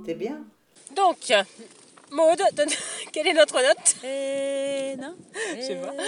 C'était bien. Donc, Maud, quelle est notre note? No. Je sais pas.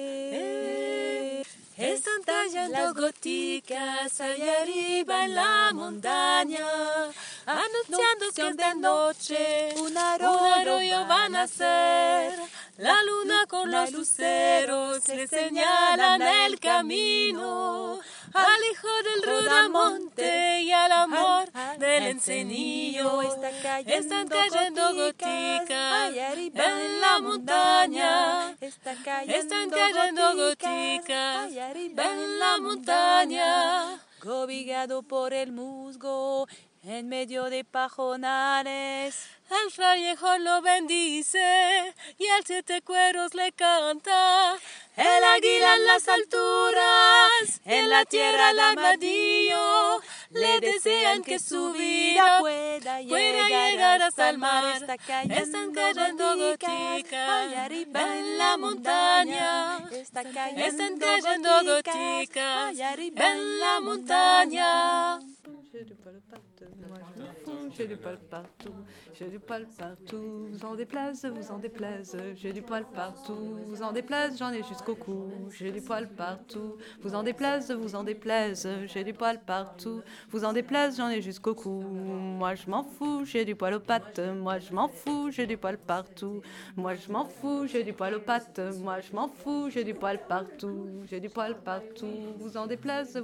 Están cayendo goticas allá arriba en la montaña, anunciando que esta noche un arroyo va a nacer. La luna con los luceros le señalan el camino al hijo del Rudamonte y al amor del encenillo. Están cayendo goticas en la montaña. Están cayendo goticas en la montaña. Cobijado por el musgo en medio de pajonales, el fraile lo bendice y el siete cueros le canta. El águila en las alturas, en la tierra el armadillo, le desean que su vida pueda llegar hasta el mar. Están cayendo goticas en la montaña. Están cayendo goticas en la montaña. J'ai du poil partout, moi je m'en fous, j'ai du poil partout, j'ai du poil partout, vous en déplaise, vous en déplaise, j'ai du poil partout, vous en déplaise, j'en ai jusqu'au cou, j'ai du poil partout, vous en déplaise, vous en déplaise, j'ai du poil partout, vous en déplaise, j'en ai jusqu'au cou, moi je m'en fous, j'ai du poil aux pattes, moi je m'en fous, j'ai du poil partout, moi je m'en fous, j'ai du poil aux pattes, moi je m'en fous, j'ai du poil partout, j'ai du poil partout, vous en déplaise,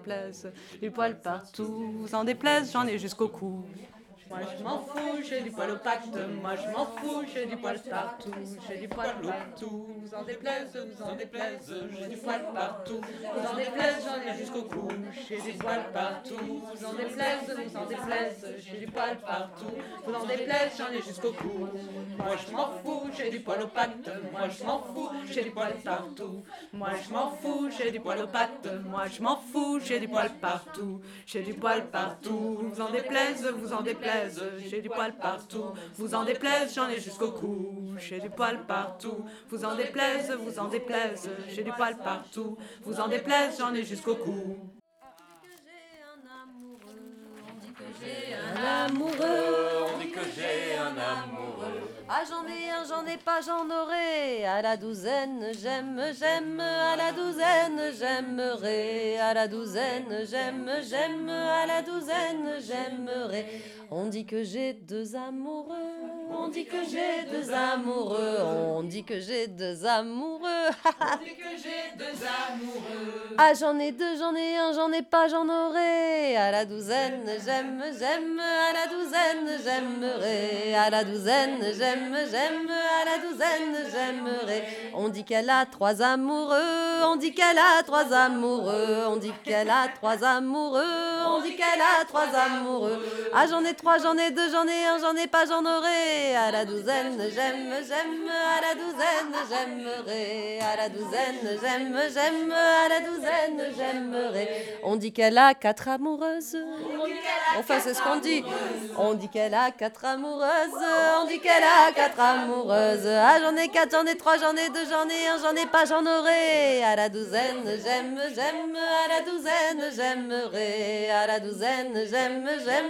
du poil partout. Vous en déplaise, j'en ai jusqu'au cou. Moi je m'en fous, j'ai du poil aux pattes. Moi je m'en fous, j'ai du poil partout. J'ai du poil partout. Vous en déplaise, j'ai du poil partout. Vous en déplaise, j'en ai jusqu'au cou. J'ai du poil partout. Vous en déplaise, j'ai du poil partout. Vous en déplaise, j'en ai jusqu'au cou. Moi je m'en fous, j'ai du poil aux pattes. Moi je m'en fous, j'ai du poil partout. Moi je m'en fous, j'ai du poil aux pattes. Moi je m'en fous, j'ai du poil partout. J'ai du poil partout. Vous en déplaise, j'ai du poil partout. Vous en déplaise, j'en ai jusqu'au cou. J'ai du poil partout. Vous en déplaise, j'ai du poil partout. Vous en déplaise, j'en ai jusqu'au cou. On dit que j'ai un amoureux. On dit que j'ai un amoureux. Ah j'en ai un, j'en ai pas, j'en aurai. À la douzaine, j'aime, à la douzaine, j'aimerai. À la douzaine, j'aime, à la douzaine, j'aimerai. On dit que j'ai deux amoureux. On dit que j'ai deux amoureux. On dit que j'ai deux amoureux. On dit que j'ai deux amoureux. Ah j'en ai deux, j'en ai un, j'en ai pas, j'en aurai. À la douzaine, j'aime, à la douzaine, j'aimerai. À la douzaine, j'aime, à la douzaine, j'aimerai. On dit qu'elle a trois amoureux. On dit qu'elle a trois amoureux. On dit qu'elle a trois amoureux. On dit qu'elle a trois amoureux. Ah j'en ai trois, j'en ai deux, j'en ai un, j'en ai pas, j'en aurai. À la douzaine, j'aime, à la douzaine, j'aimerai. À la douzaine, j'aime, à la douzaine, j'aimerai. On dit qu'elle a quatre amoureuses. Enfin, c'est ce qu'on dit. On dit qu'elle a quatre amoureuses. On dit qu'elle a quatre amoureuses. Ah, j'en ai quatre, j'en ai trois, j'en ai deux, j'en ai un, j'en ai pas, j'en aurai. À la douzaine, j'aime, à la douzaine, j'aimerai. À la douzaine, j'aime,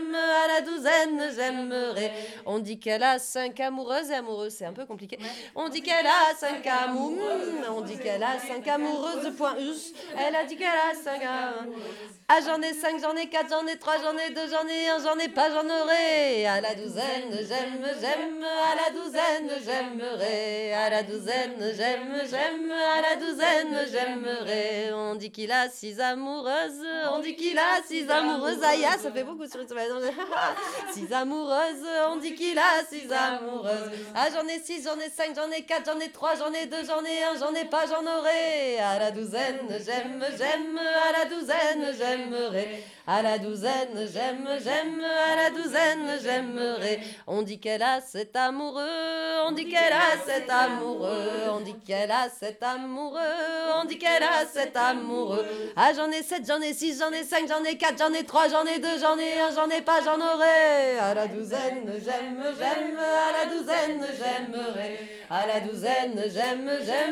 à la douzaine, j'aimerai. On dit qu'elle a cinq amoureuses et amoureux, c'est un peu compliqué. On dit qu'elle a cinq amoureuses. On dit qu'elle a cinq amoureuses. Point. Elle a dit qu'elle a cinq amoureuses. Ah, j'en ai cinq, j'en ai quatre, j'en ai trois, j'en ai deux, j'en ai un, j'en ai pas, j'en aurai. À la douzaine, j'aime, à la douzaine, j'aimerai. À la douzaine, j'aime, à la douzaine, j'aimerai. On dit qu'il a six amoureuses. On dit qu'il a six amoureuses. Aïe, ça fait beaucoup sur une semaine. Six amoureuses. On dit qu'il a six amoureuses. Ah, j'en ai six, j'en ai cinq, j'en ai quatre, j'en ai trois, j'en ai deux, j'en ai un, j'en ai pas, j'en aurai. À la douzaine, j'aime, à la douzaine, j'aimerai. À la douzaine, j'aime, à la douzaine, j'aimerai. On dit qu'elle a cet amoureux, on dit qu'elle a cet amoureux, on dit qu'elle a cet amoureux, on dit qu'elle a cet amoureux. Ah, j'en ai sept, j'en ai six, j'en ai cinq, j'en ai quatre, j'en ai trois, j'en ai deux, j'en ai un, j'en ai pas, j'en aurai. À la douzaine, j'aime, à la douzaine, j'aimerai. À la douzaine, j'aime,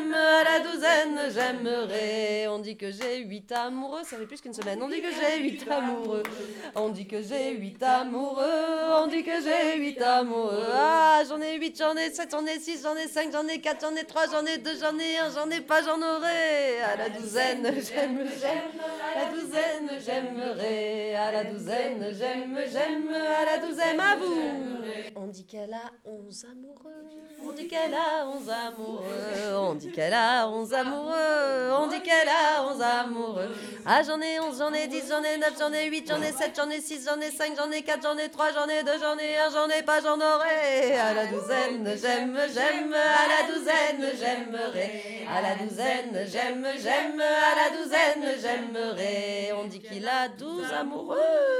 à la douzaine, j'aimerai. On dit que j'ai huit amoureux, ça fait plus qu'une semaine. On dit que j'ai huit amoureux. amoureux. On dit que j'ai 8 amoureux, on dit que j'ai 8 amoureux. Ah, j'en ai 8, j'en ai 7, j'en ai 6, j'en ai 5, j'en ai 4, j'en ai 3, j'en ai 2, j'en ai 1, j'en ai pas, j'en aurai. À la douzaine, j'aime, à la douzaine, j'aimerai. À la douzaine, j'aime, à la douzaine, à vous. On dit qu'elle a 11 amoureux, on dit qu'elle a 11 amoureux, on dit qu'elle a 11 amoureux, on dit qu'elle a 11 amoureux. Ah, j'en ai 11, j'en ai 10, j'en ai 9, j'en ai 8, j'en ai 7, j'en ai 6, j'en ai 5, j'en ai 4, j'en ai 3, j'en ai 2, j'en ai 1, j'en ai pas, j'en aurai. À la douzaine, j'aime, à la douzaine, j'aimerai. À la douzaine, j'aime, à la douzaine, j'aimerai. On dit qu'il a 12 amoureux.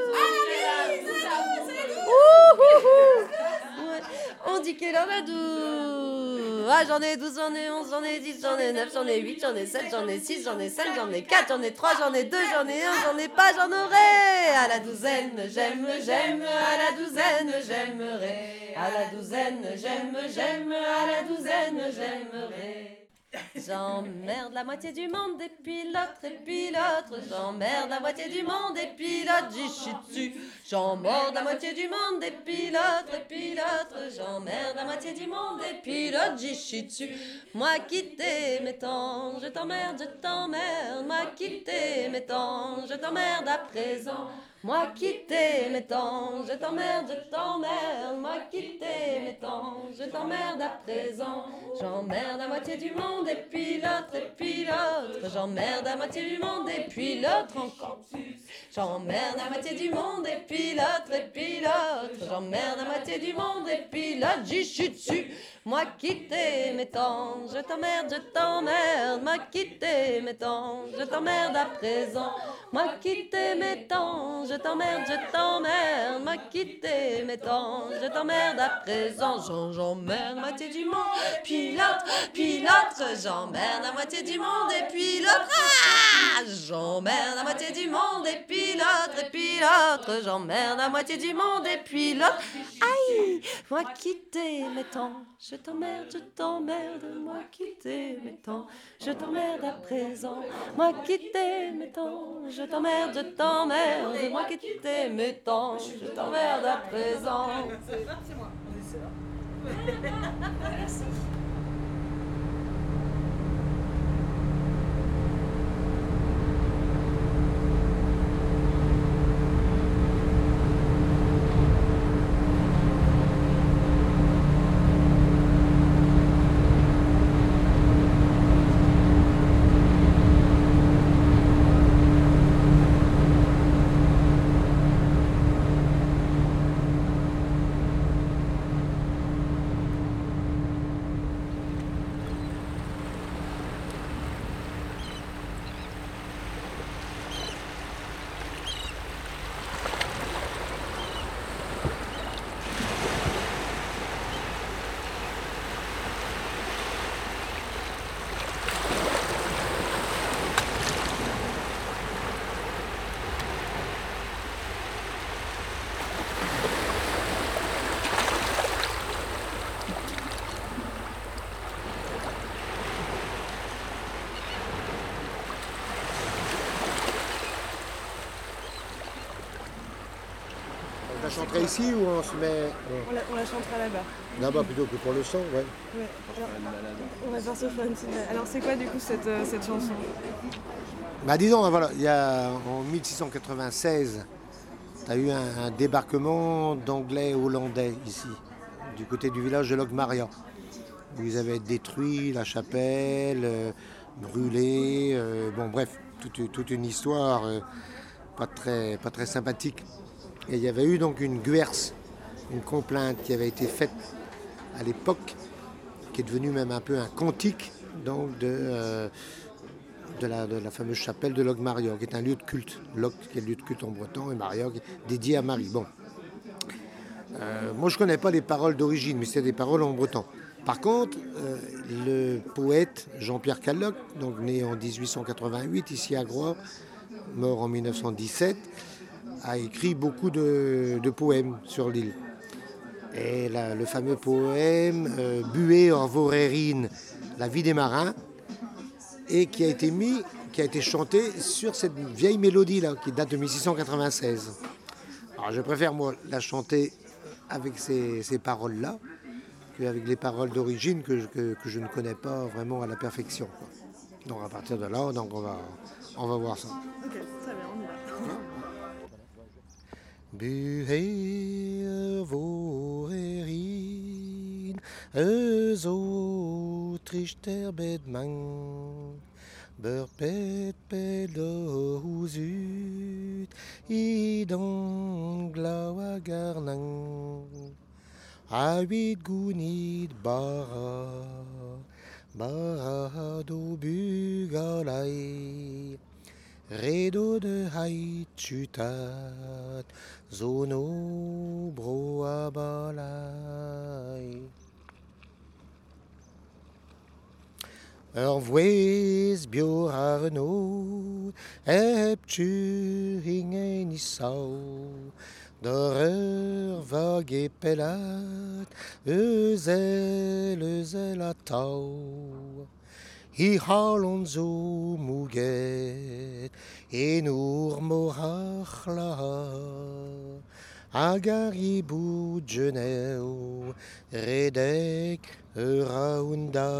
Ouais. On dit qu'elle en a 12. Ah, j'en ai 12, j'en ai 11, j'en ai 10, j'en ai 9, j'en ai 8, j'en ai 7, j'en ai 6, j'en ai 5, j'en ai 4, j'en ai 3, j'en ai 2, j'en ai 1, j'en ai pas, j'en aurai. À la douzaine, j'aime, à la douzaine, j'aimerai. À la douzaine, j'aime, à la douzaine, j'aimerai. J'emmerde la moitié du monde et puis l'autre, j'emmerde la moitié du monde et puis l'autre, j'y chie dessus. J'emmerde la moitié du monde et puis l'autre, j'emmerde la moitié du monde et puis l'autre, j'y chie dessus. Moi qui t'aimais tant, je t'emmerde, moi qui t'aimais tant, je t'emmerde à présent. Moi qui t'aimais tant, je t'emmerde, moi qui t'aimais tant, je t'emmerde à présent. J'emmerde la moitié du monde et puis l'autre, j'emmerde la moitié du monde et puis l'autre encore. J'emmerde la moitié du monde et puis l'autre, j'emmerde la moitié du monde et puis l'autre, j'y chie dessus. Moi qui t'aimais tant, je t'emmerde, moi qui t'aimais tant, je t'emmerde à présent. Moi qui t'aimais tant, je t'emmerde, moi qui t'aimais tant, je t'emmerde à présent. J'emmerde la moitié du monde, puis l'autre, j'emmerde la moitié du monde et puis l'autre, ah, j'emmerde la moitié du monde et puis l'autre, j'emmerde la moitié du monde et puis l'autre, aïe, moi qui t'aimais tant, je t'emmerde, moi qui t'aimais tant, je t'emmerde à présent. Moi qui t'aimais tant, je t'emmerde, moi qui t'aimais tant, je t'emmerde à présent. C'est moi, on est sœurs. Merci. On la chanterait ici ou on se met... On la chantera là-bas. Là-bas plutôt que pour le son, ouais. Ouais. On va faire Sophone. Alors c'est quoi du coup cette chanson? Bah disons, voilà, il y a en 1696, tu as eu un débarquement d'Anglais hollandais ici, du côté du village de Locmaria, où ils avaient détruit la chapelle, brûlé, bon bref, toute une histoire pas très sympathique. Et il y avait eu donc une guerse, une complainte qui avait été faite à l'époque, qui est devenue même un peu un cantique donc de la fameuse chapelle de Locmaria, qui est un lieu de culte. Loc, qui est le lieu de culte en breton, et Maria, qui est dédié à Marie. Bon. Moi, je ne connais pas les paroles d'origine, mais c'est des paroles en breton. Par contre, le poète Jean-Pierre Calloc, donc né en 1888, ici à Groix, mort en 1917, a écrit beaucoup de poèmes sur l'île. Et le fameux poème Buée or vorérine, la vie des marins, et qui a été mis qui a été chanté sur cette vieille mélodie-là, qui date de 1696. Alors je préfère, moi, la chanter avec ces paroles-là, qu'avec les paroles d'origine que je ne connais pas vraiment à la perfection, quoi. Donc à partir de là, donc on va voir ça. Ok, très bien, on y va. Buher vorerin, zo trichter bedman, burpet pedo huzut, idong glawa garnang, awit gunid bara do bugalai. Redo de hait chutat, zono bro abalai. Vouez bio arno, ingen isau, d'horreur vague et pelat, ezel atau. I halon zo muget, nur morach laha, agar I bout geneo, redek raounda.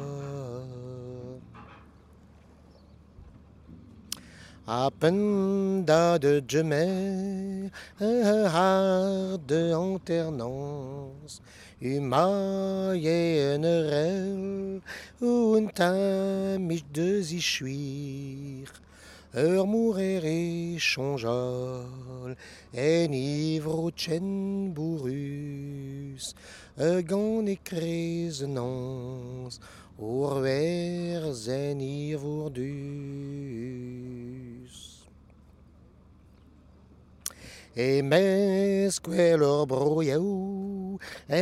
Apenda de djemer, har de alternance, Umaye nerel, mich de zichuir, mourere chonjal, ivro chen bourus, gant e krezenans, zen ivordus. E mes quelor broiau,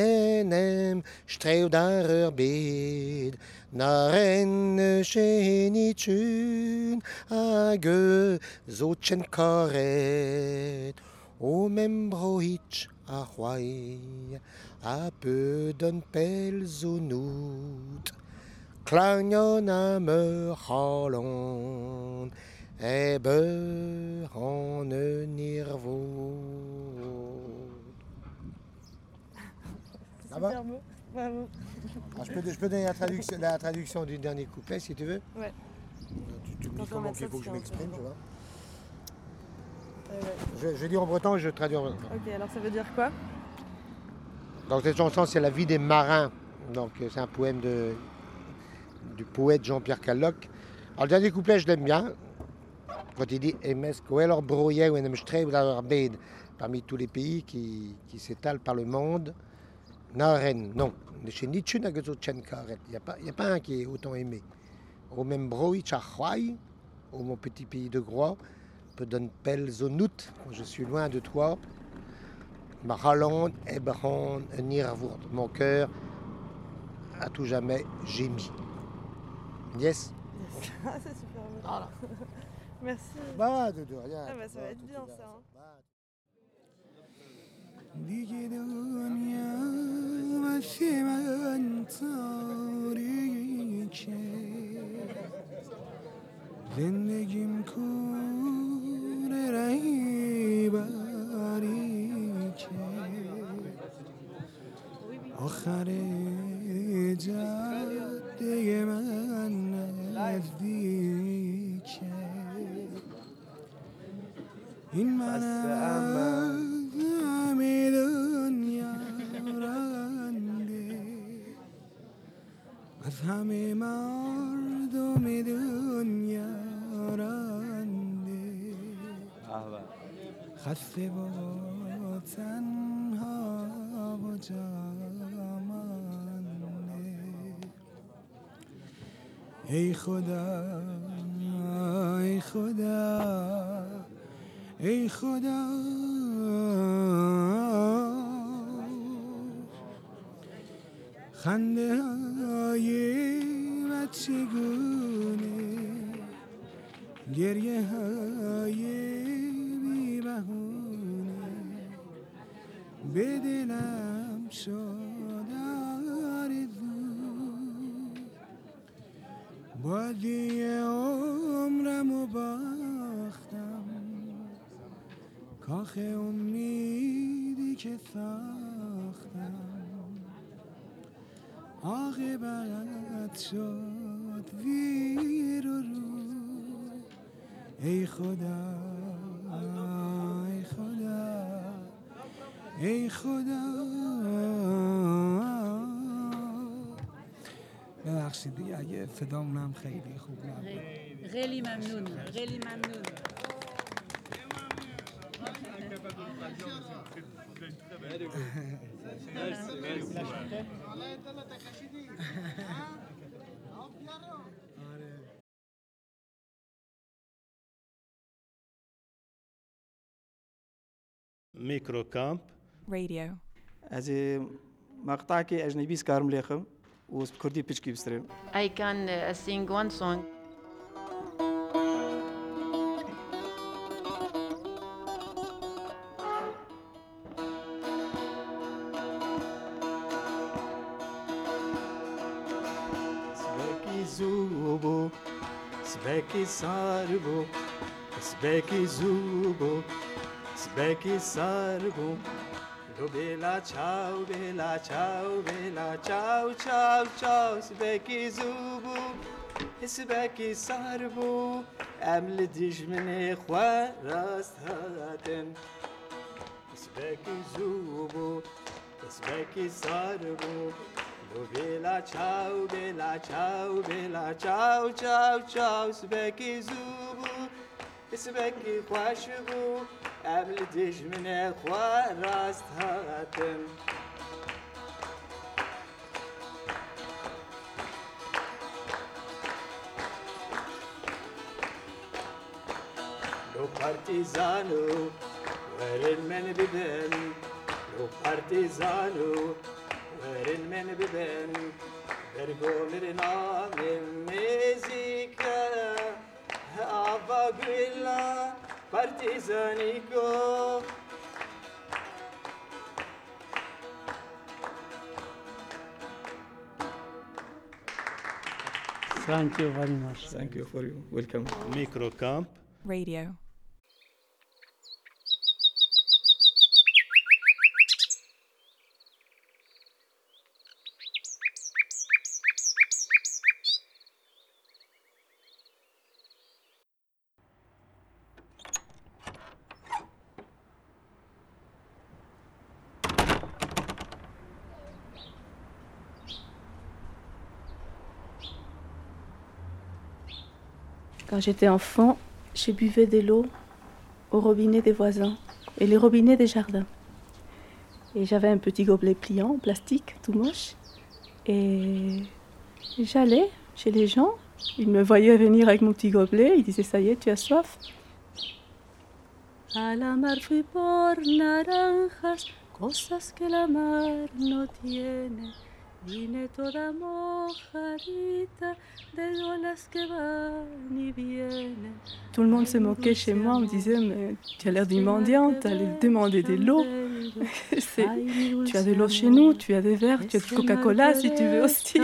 strew dar bed, na chenitun, zo chen karet, o mem brohitch a c'hwai, a peu d'un pel zo nout, klagnon a me halon, en nirvo. Ça va? Super beau, bravo. Alors, je peux donner la traduction du dernier couplet si tu veux. Ouais. Tu me dis comment il faut que je m'exprime, tu vois. Ouais. Je dis en breton et je traduis en breton. Ok, alors ça veut dire quoi? Donc cette chanson, c'est La vie des marins. Donc c'est un poème du poète Jean-Pierre Calloc. Alors le dernier couplet, je l'aime bien. Quand il dit parmi tous les pays qui s'étalent par le monde, Naren, non. Il n'y a pas un qui est autant aimé. Au même broï, au mon petit pays de Groix, peut donner pel zonut, quand je suis loin de toi. Mahaland, Ebran, Nirvour. Mon cœur, à tout jamais, gémit. Yes. Ah, c'est super beau. Voilà. Merci. Bah, de rien. Ah bah ça va être bien ça. Hein. دیگه دنیا واسه من تاریکه زندگیم کوره رهبریکه آخر جاده من نزدیکه این منم همه دنیا رنده از همه مردم دنیا رنده خسته و تنها و جامنده ای خدا ای خدا ای خدا خنده های بچگونه گریه های بی بهونه به دلم شد آرزو بازی عمر کاخ امیدی که ساختم عاقبت شد ویر و رو ای خدا ای خدا ای خدا ببخشید دیگه اگه صدامونم خیلی خوب نبود خیلی ممنون خیلی ممنون ميكرو كامب راديو از مقطع که اجنبی سکارم لیخم و کردی پیچکی بستریم. I can sing one song. سبکی زوبو سبکی ساربو سبکی زوبو سبکی ساربو دو بلا چاو بلا چاو بلا چاو چاو چاو سبکی زوبو سبکی ساربو امل دیجمن خوا راست هاتن سبکی زوبو سبکی ساربو دو بلا چاو بلا چاو بلا چاو چاو چاو سبکی زوبو سبکی خوش بو امل دجمن خوا راست هاتم لو پارتیزانو ورن من ببن لو پارتیزانو ورن من ببن برگو مرنام میزیکا آبا گویلا پارتیزانیکو Thank you very much. Thank you for you. Welcome. ميكرو كامب راديو Quand j'étais enfant, je buvais de l'eau au robinet des voisins et les robinets des jardins. Et j'avais un petit gobelet pliant en plastique, tout moche. Et j'allais chez les gens, ils me voyaient venir avec mon petit gobelet, ils disaient « ça y est, tu as soif ?» A la mar fui por naranjas, cosas que la mar no tiene. Vine toda mojadita de olas que van y vienen. Tout le monde se moquait chez moi, on me disait mais tu as l'air d'une mendiante, allez demander de l'eau. Tu as de l'eau chez nous, tu as des verres, tu as du Coca-Cola si tu veux aussi.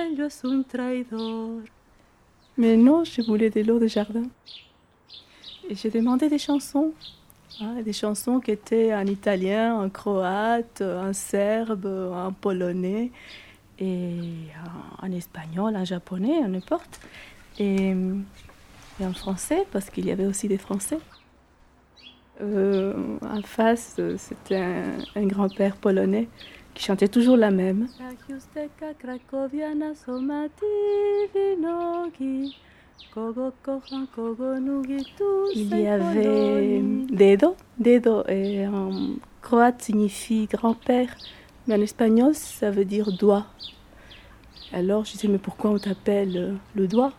Mais non, je voulais de l'eau de jardin. Et j'ai demandé des chansons. Des chansons qui étaient en italien, en croate, en serbe, en polonais, et en espagnol, en japonais, n'importe. Et en français, parce qu'il y avait aussi des français. En face, c'était un grand-père polonais qui chantait toujours la même. Il y avait dedo. Dedo en croate signifie grand-père, mais en espagnol ça veut dire doigt. Alors je disais mais pourquoi on t'appelle le doigt?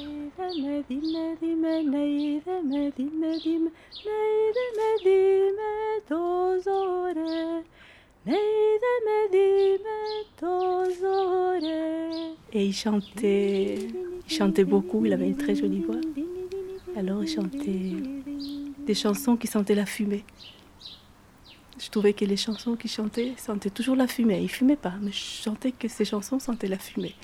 Et il chantait beaucoup, il avait une très jolie voix. Alors il chantait des chansons qui sentaient la fumée. Je trouvais que les chansons qu'il chantait sentaient toujours la fumée. Il ne fumait pas, mais je sentais que ces chansons sentaient la fumée.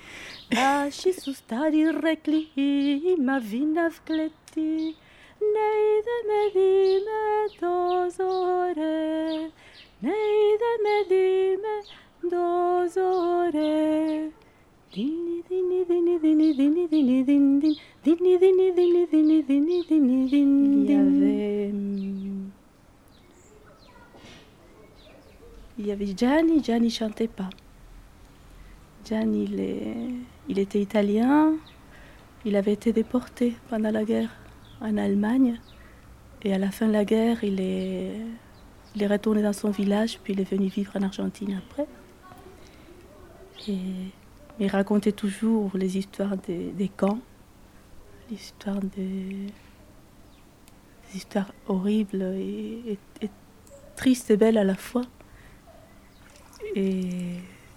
Neide me dime dozore, neide me dime dozore. Dini dini dini dini dini dini dini dini dini dini dini dini dini dini. Il y avait Gianni, Gianni chantait pas. Gianni, il était italien, il avait été déporté pendant la guerre en Allemagne. Et à la fin de la guerre, il est retourné dans son village, puis il est venu vivre en Argentine après. Et il racontait toujours les histoires des camps, les histoires horribles et tristes et belles à la fois. Et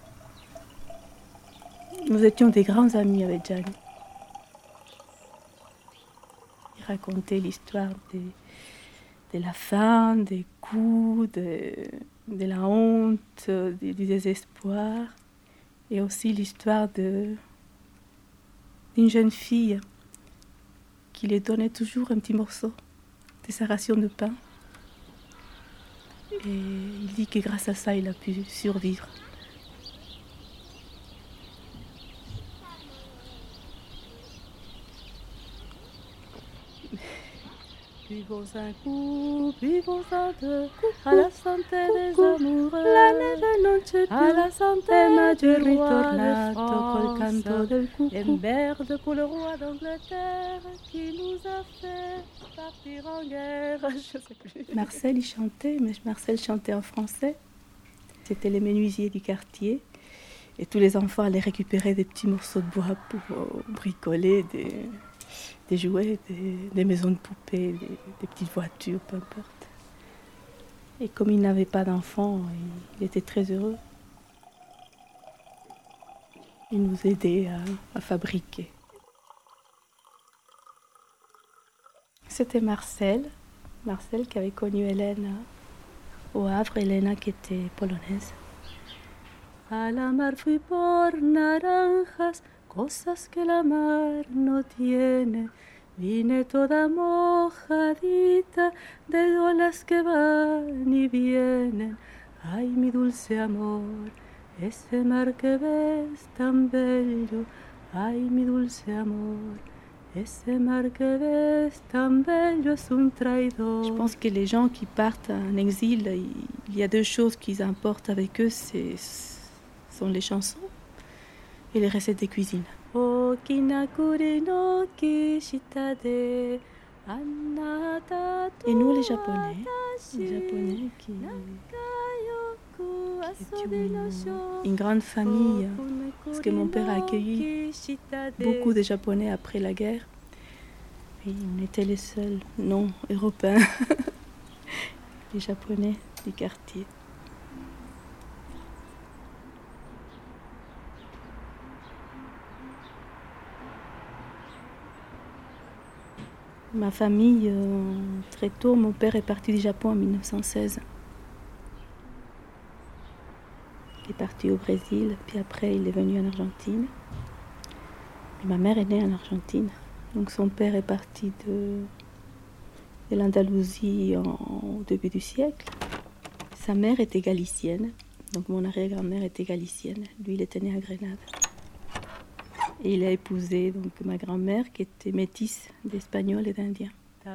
nous étions des grands amis avec Gianni. Il racontait l'histoire de la faim, des coups, de la honte, du désespoir. Et aussi l'histoire d'une jeune fille qui lui donnait toujours un petit morceau de sa ration de pain. Et il dit que grâce à ça, il a pu survivre. Buvons un coup, buvons un deux, à la santé des amoureux. La neve non c'è più, à la santé du roi de France. Col canto del cucù, et merde pour le roi d'Angleterre qui nous a fait partir en guerre. Je sais plus. Marcel, il chantait, mais Marcel chantait en français. C'était les menuisiers du quartier. Et tous les enfants allaient récupérer des petits morceaux de bois pour bricoler des jouets, des maisons de poupées, des petites voitures, peu importe. Et comme il n'avait pas d'enfants, il était très heureux. Il nous aidait à fabriquer. C'était Marcel qui avait connu Hélène au Havre, Hélène qui était polonaise. A la mar fui por naranjas, cosas que la mar no tiene. Vine toda mojadita de olas que van y vienen. Ay, mi dulce amor, ese mar que ves tan bello. Ay, mi dulce amor, ese mar que ves tan bello es un traidor. Je pense que les gens qui partent en exil, il y a deux choses qui importent avec eux, sont les chansons et les recettes de cuisine. Et nous, les Japonais qui étions une grande famille, parce que mon père a accueilli beaucoup de Japonais après la guerre. Et on était les seuls non-européens, les Japonais du quartier. Ma famille, très tôt, mon père est parti du Japon en 1916. Il est parti au Brésil, puis après il est venu en Argentine. Et ma mère est née en Argentine. Donc son père est parti de l'Andalousie au début du siècle. Sa mère était galicienne, donc mon arrière-grand-mère était galicienne. Lui, il était né à Grenade. Et il a épousé donc ma grand-mère qui était métisse d'Espagnols et d'Indiens.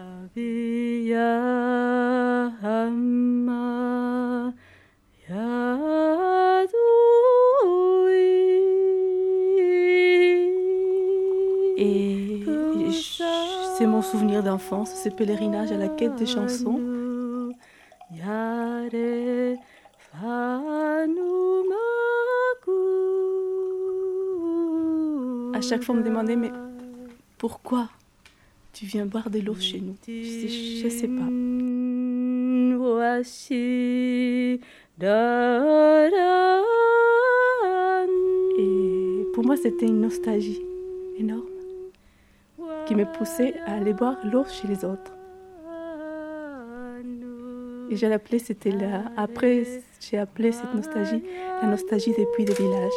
Et c'est mon souvenir d'enfance, ce pèlerinage à la quête des chansons. À chaque fois, on me demandait, mais pourquoi tu viens boire de l'eau chez nous? Je sais pas. Et pour moi, c'était une nostalgie énorme qui me poussait à aller boire l'eau chez les autres. Et j'ai appelé, c'était là. Après, j'ai appelé cette nostalgie la nostalgie des puits de village.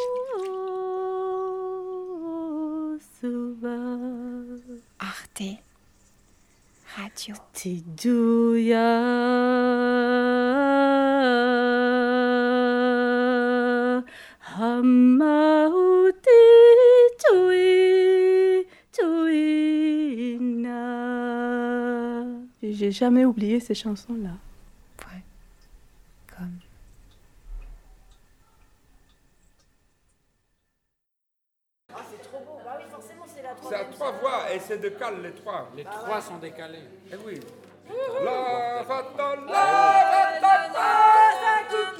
Arte Radio. Tidouya. Hamauti tui tuina. J'ai jamais oublié ces chansons-là. Ouais. Comme. C'est trop beau. Bah oui, forcément, c'est la C'est à troisième. trois voix et c'est décalé les trois. Les trois sont décalés. Eh oui. La fata pasta,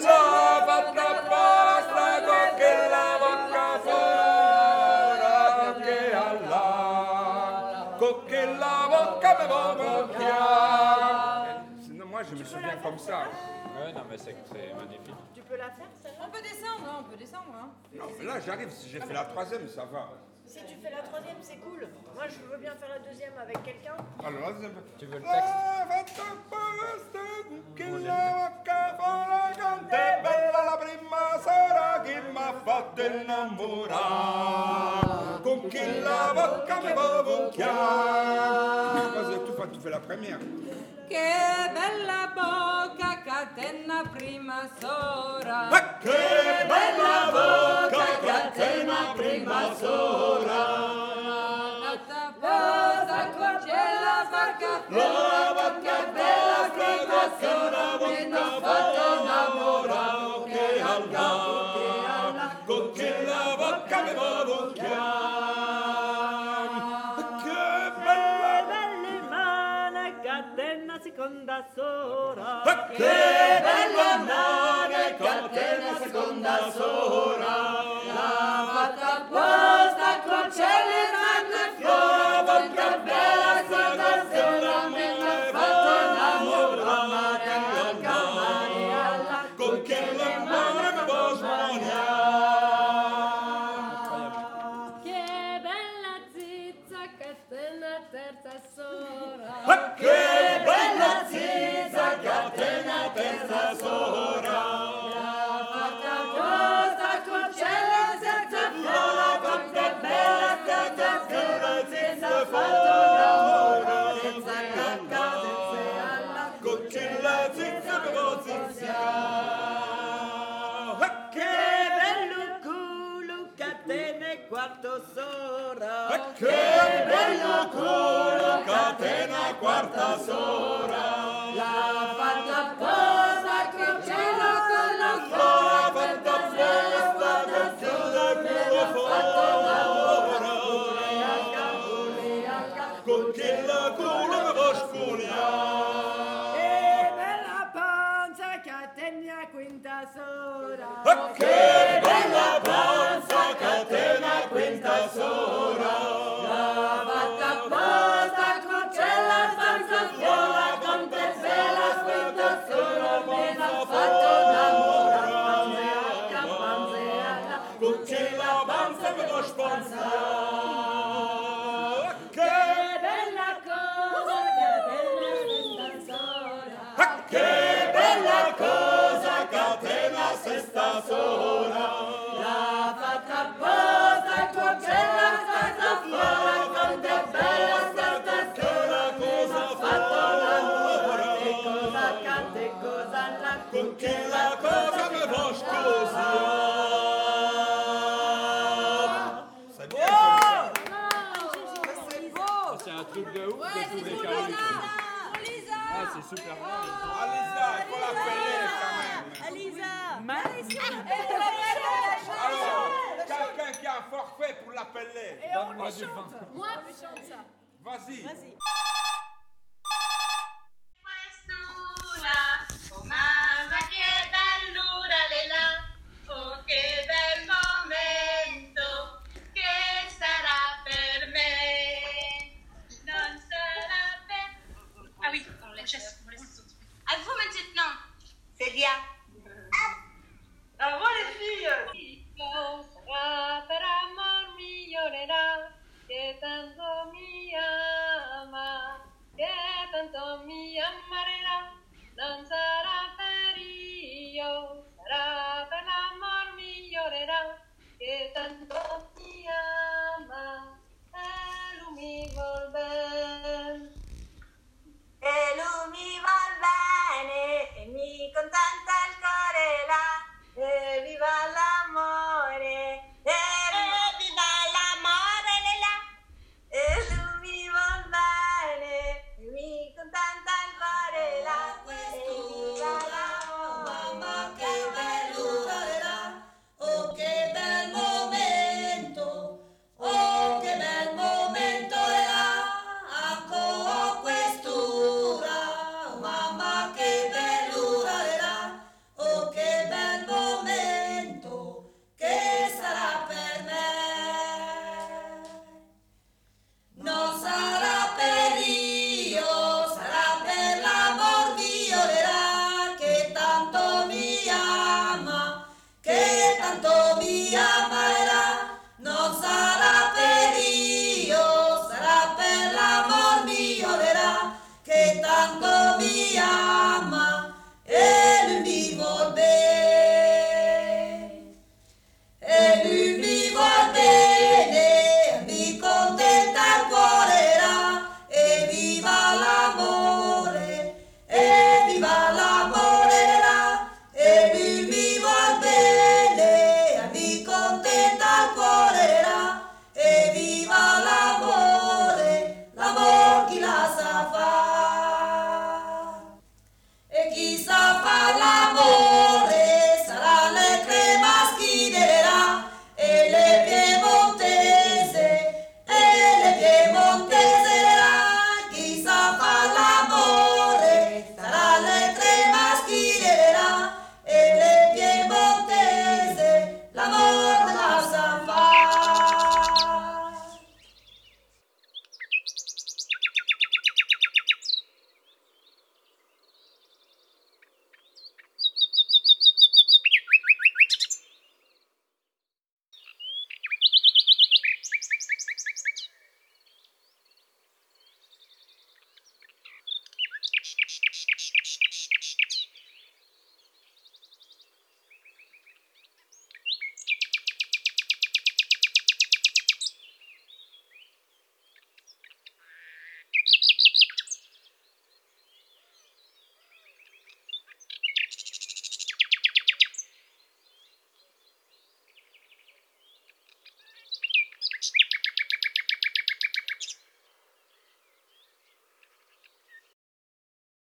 che la bocca fora, che alla, che la bocca me bocchia. Sinon, moi, je me souviens comme ça. Ouais, non, mais c'est magnifique. Tu peux la faire, celle-là? On peut descendre, hein, on peut descendre. Hein. Non, mais là, j'arrive. Si j'ai fait la troisième, ça va. Si tu fais la troisième, c'est cool. Moi, je veux bien faire la deuxième avec quelqu'un. Alors, tu veux le texte? Che la bocca fora, quant'è bella la prima sera che m'ha fatto innamorare. Con chi la bocca mi va bocchiare. Tu fais la première. Che bella bocca, catena prima sora. Che bella bocca, catena prima sora. La taposa concella barca, la bocca bella prima sora, che non fatto innamorare. Che alla, con chi la bocca mi va bocchiare. Che bella mane, catena seconda sora. Che bella mane, catena seconda sora. La fatta apposta, crocelle e manne fuori, bocca bella seconda sora, che non fatto innamorare. Con chi la mano mi va sbagliare. Che bella zizza, catena terza sora. Che bella zizza, catena terza sora. Fatta apposta, crocelle senza fuori, bocca bella seconda sora, senza fatto innamorare. Senza cacca, senza alla. Con chi la zizza mi va zizziare. Che bello culo, catena e quarto sora. Che bello culo, catena quarta sora. La fatta apposta, crocella con la fuori, bocca bella seconda sora, che non fatto innamorare. Con chi la culo mi va sculiare. Che bella pancia, catena quinta sora. Che bella panza, catena quinta sora. La fatta apposta, crocella senza fuori, quanto è bella quinta sora, che non fatto innamorare. Panzeacca, Con chi la panza mi va spanzare. che bella cosa, catena quinta sora. Che bella cosa, catena sesta sora. La fatta apposta, crocella senza fuori, quanto è bella questa sera, che non fatto innamorare. Che cosa canta e cosa la Con chi la cosa mi va scusare. C'est bien comme ça. C'est beau. C'est un truc de ouf de tout décaler. Ah, c'est super bien. Alisa, il faut l'appeler quand même. Alisa. Alors, quelqu'un qui a un forfait pour l'appeler. Et on lui chante. Moi, je chante ça. Vas-y. Vas-y.